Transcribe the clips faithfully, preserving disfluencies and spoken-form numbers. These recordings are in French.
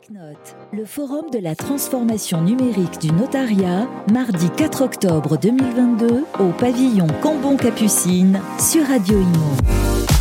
TechNote, le forum de la transformation numérique du notariat, mardi quatre octobre deux mille vingt-deux, au pavillon Cambon-Capucine, sur Radio Imo.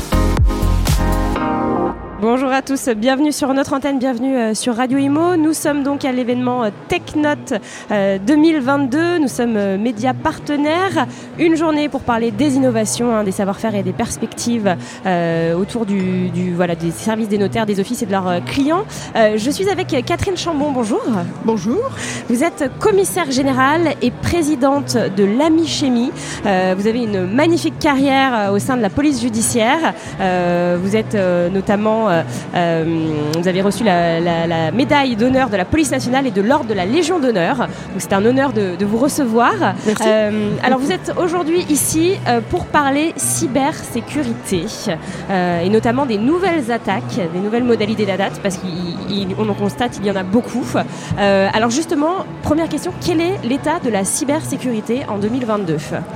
Bonjour à tous, bienvenue sur notre antenne, bienvenue euh, sur Radio Imo. Nous sommes donc à l'événement euh, TechNote euh, deux mille vingt-deux, nous sommes euh, médias partenaires. Une journée pour parler des innovations, hein, des savoir-faire et des perspectives euh, autour du, du, voilà, des services des notaires, des offices et de leurs euh, clients. Euh, je suis avec Catherine Chambon, bonjour. Bonjour. Vous êtes commissaire générale et présidente de l'Amichemie. Euh, vous avez une magnifique carrière euh, au sein de la police judiciaire. Euh, vous êtes euh, notamment... Euh, euh, vous avez reçu la, la, la médaille d'honneur de la police nationale et de l'ordre de la Légion d'honneur. Donc c'est un honneur de, de vous recevoir. Merci. Euh, alors vous êtes aujourd'hui ici euh, pour parler cybersécurité euh, et notamment des nouvelles attaques, des nouvelles modalités d'attaque, parce qu'on en constate il y en a beaucoup. Euh, alors justement, première question, quel est l'état de la cybersécurité en deux mille vingt-deux ?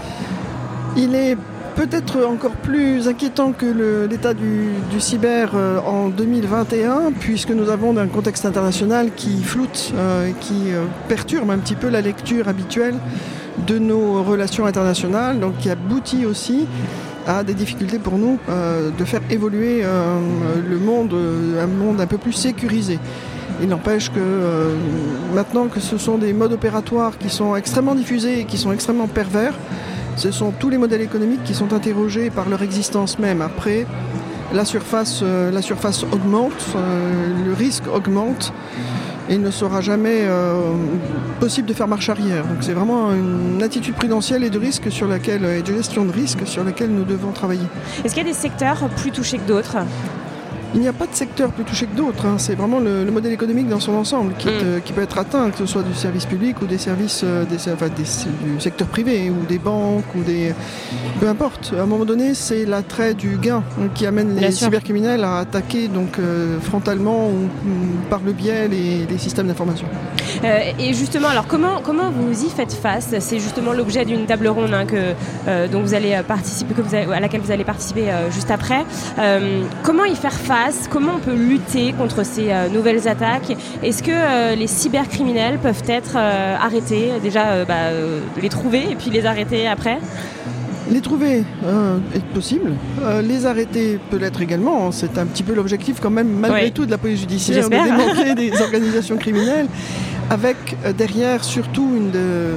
Il est peut-être encore plus inquiétant que le, l'état du, du cyber euh, en deux mille vingt et un, puisque nous avons un contexte international qui floute, euh, qui euh, perturbe un petit peu la lecture habituelle de nos relations internationales, donc qui aboutit aussi à des difficultés pour nous euh, de faire évoluer euh, le monde, euh, un monde un peu plus sécurisé. Il n'empêche que euh, maintenant que ce sont des modes opératoires qui sont extrêmement diffusés et qui sont extrêmement pervers, ce sont tous les modèles économiques qui sont interrogés par leur existence même. Après, la surface, euh, la surface augmente, euh, le risque augmente, et il ne sera jamais euh, possible de faire marche arrière. Donc c'est vraiment une attitude prudentielle et de risque sur laquelle, et de gestion de risque sur laquelle nous devons travailler. Est-ce qu'il y a des secteurs plus touchés que d'autres ? Il n'y a pas de secteur plus touché que d'autres, hein. C'est vraiment le, le modèle économique dans son ensemble qui, est, mmh. euh, qui peut être atteint, que ce soit du service public ou des services euh, des, enfin, des, du secteur privé ou des banques ou des... Peu importe. À un moment donné, c'est l'attrait du gain hein, qui amène les cybercriminels à attaquer donc, euh, frontalement ou, ou par le biais les, les systèmes d'information. Euh, et justement, alors comment, comment vous y faites face ? C'est justement l'objet d'une table ronde hein, que, euh, dont vous allez participer, que vous avez, à laquelle vous allez participer euh, juste après. Euh, comment y faire face ? Comment on peut lutter contre ces euh, nouvelles attaques ? Est-ce que euh, les cybercriminels peuvent être euh, arrêtés ? Déjà, euh, bah, euh, les trouver et puis les arrêter après ? Les trouver euh, est possible, euh, les arrêter peut l'être également. C'est un petit peu l'objectif quand même, malgré oui. tout, de la police judiciaire, J'espère. de démanteler des organisations criminelles, avec euh, derrière surtout une... De,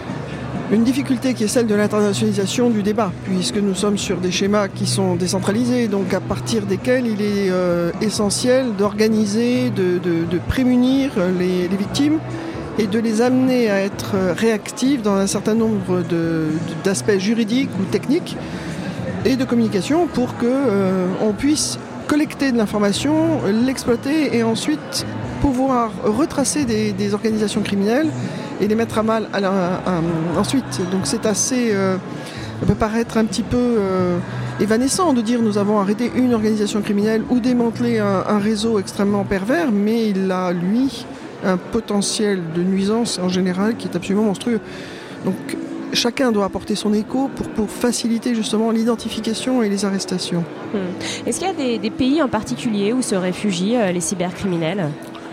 Une difficulté qui est celle de l'internationalisation du débat, puisque nous sommes sur des schémas qui sont décentralisés, donc à partir desquels il est euh, essentiel d'organiser, de, de, de prémunir les, les victimes et de les amener à être réactifs dans un certain nombre de, d'aspects juridiques ou techniques et de communication pour qu'on euh, puisse collecter de l'information, l'exploiter et ensuite pouvoir retracer des, des organisations criminelles et les mettre à mal à la, à, à, ensuite. Donc c'est assez... Euh, ça peut paraître un petit peu euh, évanescent de dire nous avons arrêté une organisation criminelle ou démantelé un, un réseau extrêmement pervers, mais il a, lui, un potentiel de nuisance en général qui est absolument monstrueux. Donc chacun doit apporter son écho pour, pour faciliter justement l'identification et les arrestations. Hum. Est-ce qu'il y a des, des pays en particulier où se réfugient euh, les cybercriminels ?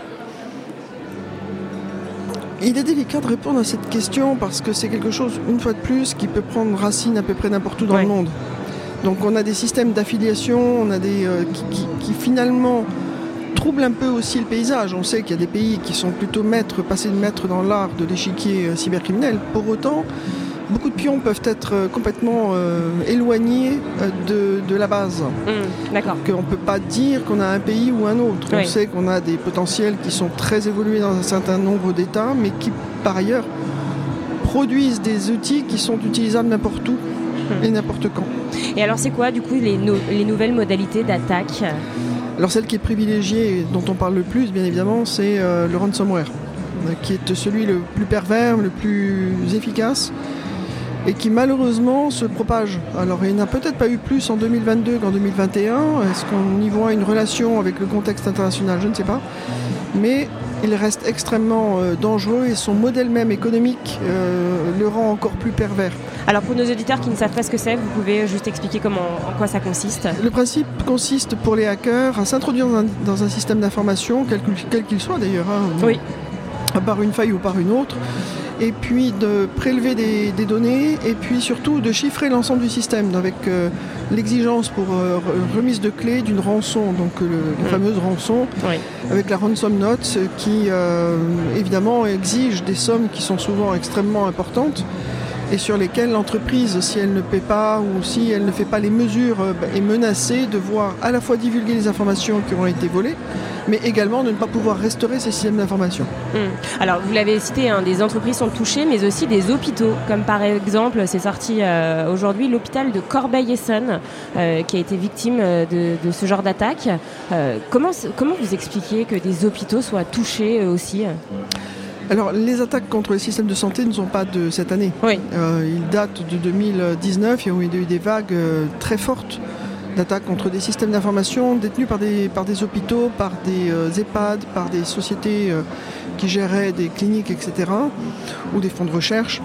Il est délicat de répondre à cette question parce que c'est quelque chose, une fois de plus, qui peut prendre racine à peu près n'importe où dans ouais. le monde. Donc on a des systèmes d'affiliation, on a des euh, qui, qui, qui finalement troublent un peu aussi le paysage. On sait qu'il y a des pays qui sont plutôt maîtres, passés de maîtres dans l'art de l'échiquier euh, cybercriminel. Pour autant, beaucoup de pions peuvent être euh, complètement euh, éloignés euh, de, de la base. Mmh, d'accord. Donc on ne peut pas dire qu'on a un pays ou un autre. Oui. On sait qu'on a des potentiels qui sont très évolués dans un certain nombre d'États, mais qui, par ailleurs, produisent des outils qui sont utilisables n'importe où mmh. et n'importe quand. Et alors c'est quoi, du coup, les, no- les nouvelles modalités d'attaque ? Alors celle qui est privilégiée et dont on parle le plus, bien évidemment, c'est euh, le ransomware, euh, qui est celui le plus pervers, le plus efficace, et qui malheureusement se propage. Alors il n'y en a peut-être pas eu plus en deux mille vingt-deux qu'en deux mille vingt et un. Est-ce qu'on y voit une relation avec le contexte international ? Je ne sais pas. Mais il reste extrêmement euh, dangereux et son modèle même économique euh, le rend encore plus pervers. Alors pour nos auditeurs qui ne savent pas ce que c'est, vous pouvez juste expliquer comment, en quoi ça consiste? Le principe consiste pour les hackers à s'introduire dans un, dans un système d'information, quel, quel qu'il soit d'ailleurs, hein, oui. par une faille ou par une autre, et puis de prélever des, des données, et puis surtout de chiffrer l'ensemble du système avec euh, l'exigence pour euh, remise de clés d'une rançon, donc euh, le, la mmh. fameuse rançon, oui. avec la ransom note qui euh, évidemment exige des sommes qui sont souvent extrêmement importantes et sur lesquelles l'entreprise, si elle ne paie pas ou si elle ne fait pas les mesures, euh, est menacée de voir à la fois divulguer les informations qui ont été volées, mais également de ne pas pouvoir restaurer ces systèmes d'information. Mmh. Alors, vous l'avez cité, hein, des entreprises sont touchées, mais aussi des hôpitaux, comme par exemple, c'est sorti euh, aujourd'hui, l'hôpital de Corbeil-Essonnes, euh, qui a été victime de, de ce genre d'attaque. Euh, comment, comment vous expliquez que des hôpitaux soient touchés eux aussi ? Alors, les attaques contre les systèmes de santé ne sont pas de cette année. Oui. Euh, ils datent de deux mille dix-neuf, il y a eu des vagues euh, très fortes d'attaques contre des systèmes d'information détenus par des, par des hôpitaux, par des euh, EHPAD, par des sociétés euh, qui géraient des cliniques, et cetera, ou des fonds de recherche.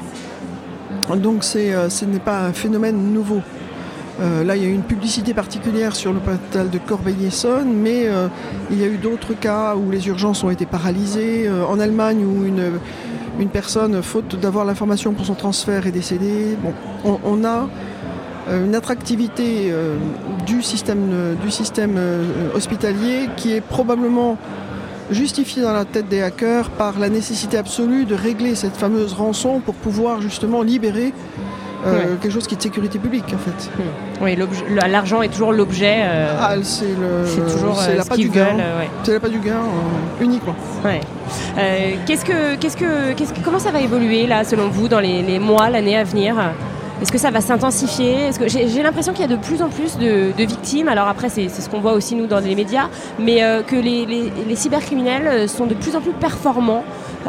Donc c'est, euh, ce n'est pas un phénomène nouveau. Euh, là, il y a eu une publicité particulière sur l'hôpital de Corbeil-Essonnes, mais euh, il y a eu d'autres cas où les urgences ont été paralysées. Euh, en Allemagne, où une, une personne, faute d'avoir l'information pour son transfert, est décédée. Bon, on, on a une attractivité euh, du système, euh, du système euh, hospitalier qui est probablement justifiée dans la tête des hackers par la nécessité absolue de régler cette fameuse rançon pour pouvoir justement libérer euh, ouais. quelque chose qui est de sécurité publique en fait. Mmh. Oui, l'argent est toujours l'objet. Euh, ah, c'est le, c'est toujours c'est euh, la ce pas qu'ils du gain. veulent. Ouais. C'est la pas du gain euh, uniquement. Ouais. Euh, qu'est-ce que, qu'est-ce que, qu'est-ce que, comment ça va évoluer là, selon vous, dans les, les mois, l'année à venir ? Est-ce que ça va s'intensifier ? Est-ce que j'ai, j'ai l'impression qu'il y a de plus en plus de, de victimes. Alors après, c'est, c'est ce qu'on voit aussi nous dans les médias, mais euh, que les, les, les cybercriminels sont de plus en plus performants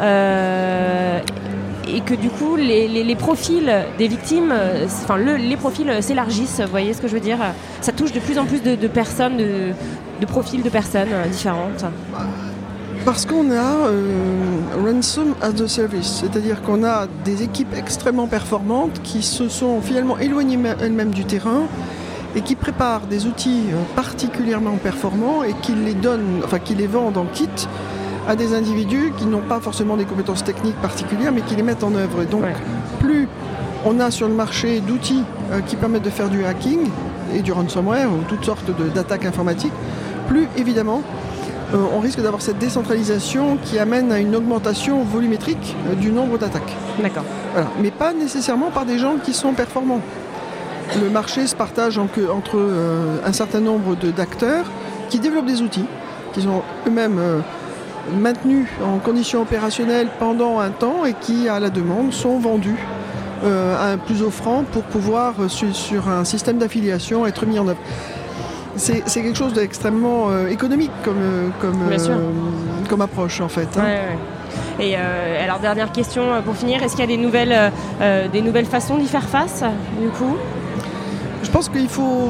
euh, et que du coup, les, les, les profils des victimes, enfin le, les profils s'élargissent. Vous voyez ce que je veux dire ? Ça touche de plus en plus de, de personnes, de, de profils de personnes différentes. Parce qu'on a euh, ransom as a service, c'est-à-dire qu'on a des équipes extrêmement performantes qui se sont finalement éloignées elles-mêmes du terrain et qui préparent des outils particulièrement performants et qui les donnent, enfin qui les vendent en kit à des individus qui n'ont pas forcément des compétences techniques particulières mais qui les mettent en œuvre. Et donc ouais. plus on a sur le marché d'outils euh, qui permettent de faire du hacking et du ransomware ou toutes sortes de, d'attaques informatiques, plus évidemment Euh, on risque d'avoir cette décentralisation qui amène à une augmentation volumétrique euh, du nombre d'attaques. D'accord. Voilà. Mais pas nécessairement par des gens qui sont performants. Le marché se partage en que, entre euh, un certain nombre de, d'acteurs qui développent des outils, qui sont eux-mêmes euh, maintenus en conditions opérationnelles pendant un temps et qui, à la demande, sont vendus euh, à un plus offrant pour pouvoir, euh, sur, sur un système d'affiliation, être mis en œuvre. C'est, c'est quelque chose d'extrêmement euh, économique comme, euh, comme, euh, comme approche en fait. Hein. Ouais, ouais. Et euh, alors dernière question pour finir, est-ce qu'il y a des nouvelles, euh, des nouvelles façons d'y faire face du coup ? Je pense qu'il faut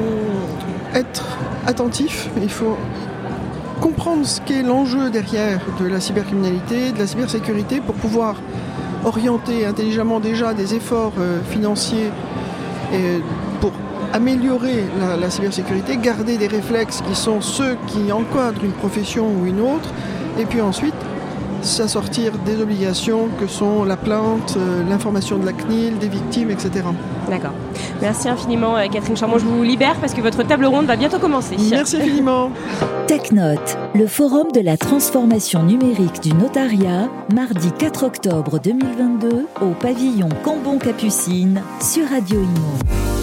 être attentif, il faut comprendre ce qu'est l'enjeu derrière de la cybercriminalité, de la cybersécurité pour pouvoir orienter intelligemment déjà des efforts euh, financiers et pour améliorer la, la cybersécurité, garder des réflexes qui sont ceux qui encadrent une profession ou une autre, et puis ensuite s'assortir des obligations que sont la plainte, euh, l'information de la C N I L, des victimes, et cetera. D'accord. Merci infiniment Catherine Chamon. Je vous libère parce que votre table ronde va bientôt commencer. Merci infiniment. TechNote, le forum de la transformation numérique du notariat, mardi quatre octobre deux mille vingt-deux, au pavillon Cambon-Capucines, sur Radio Imo.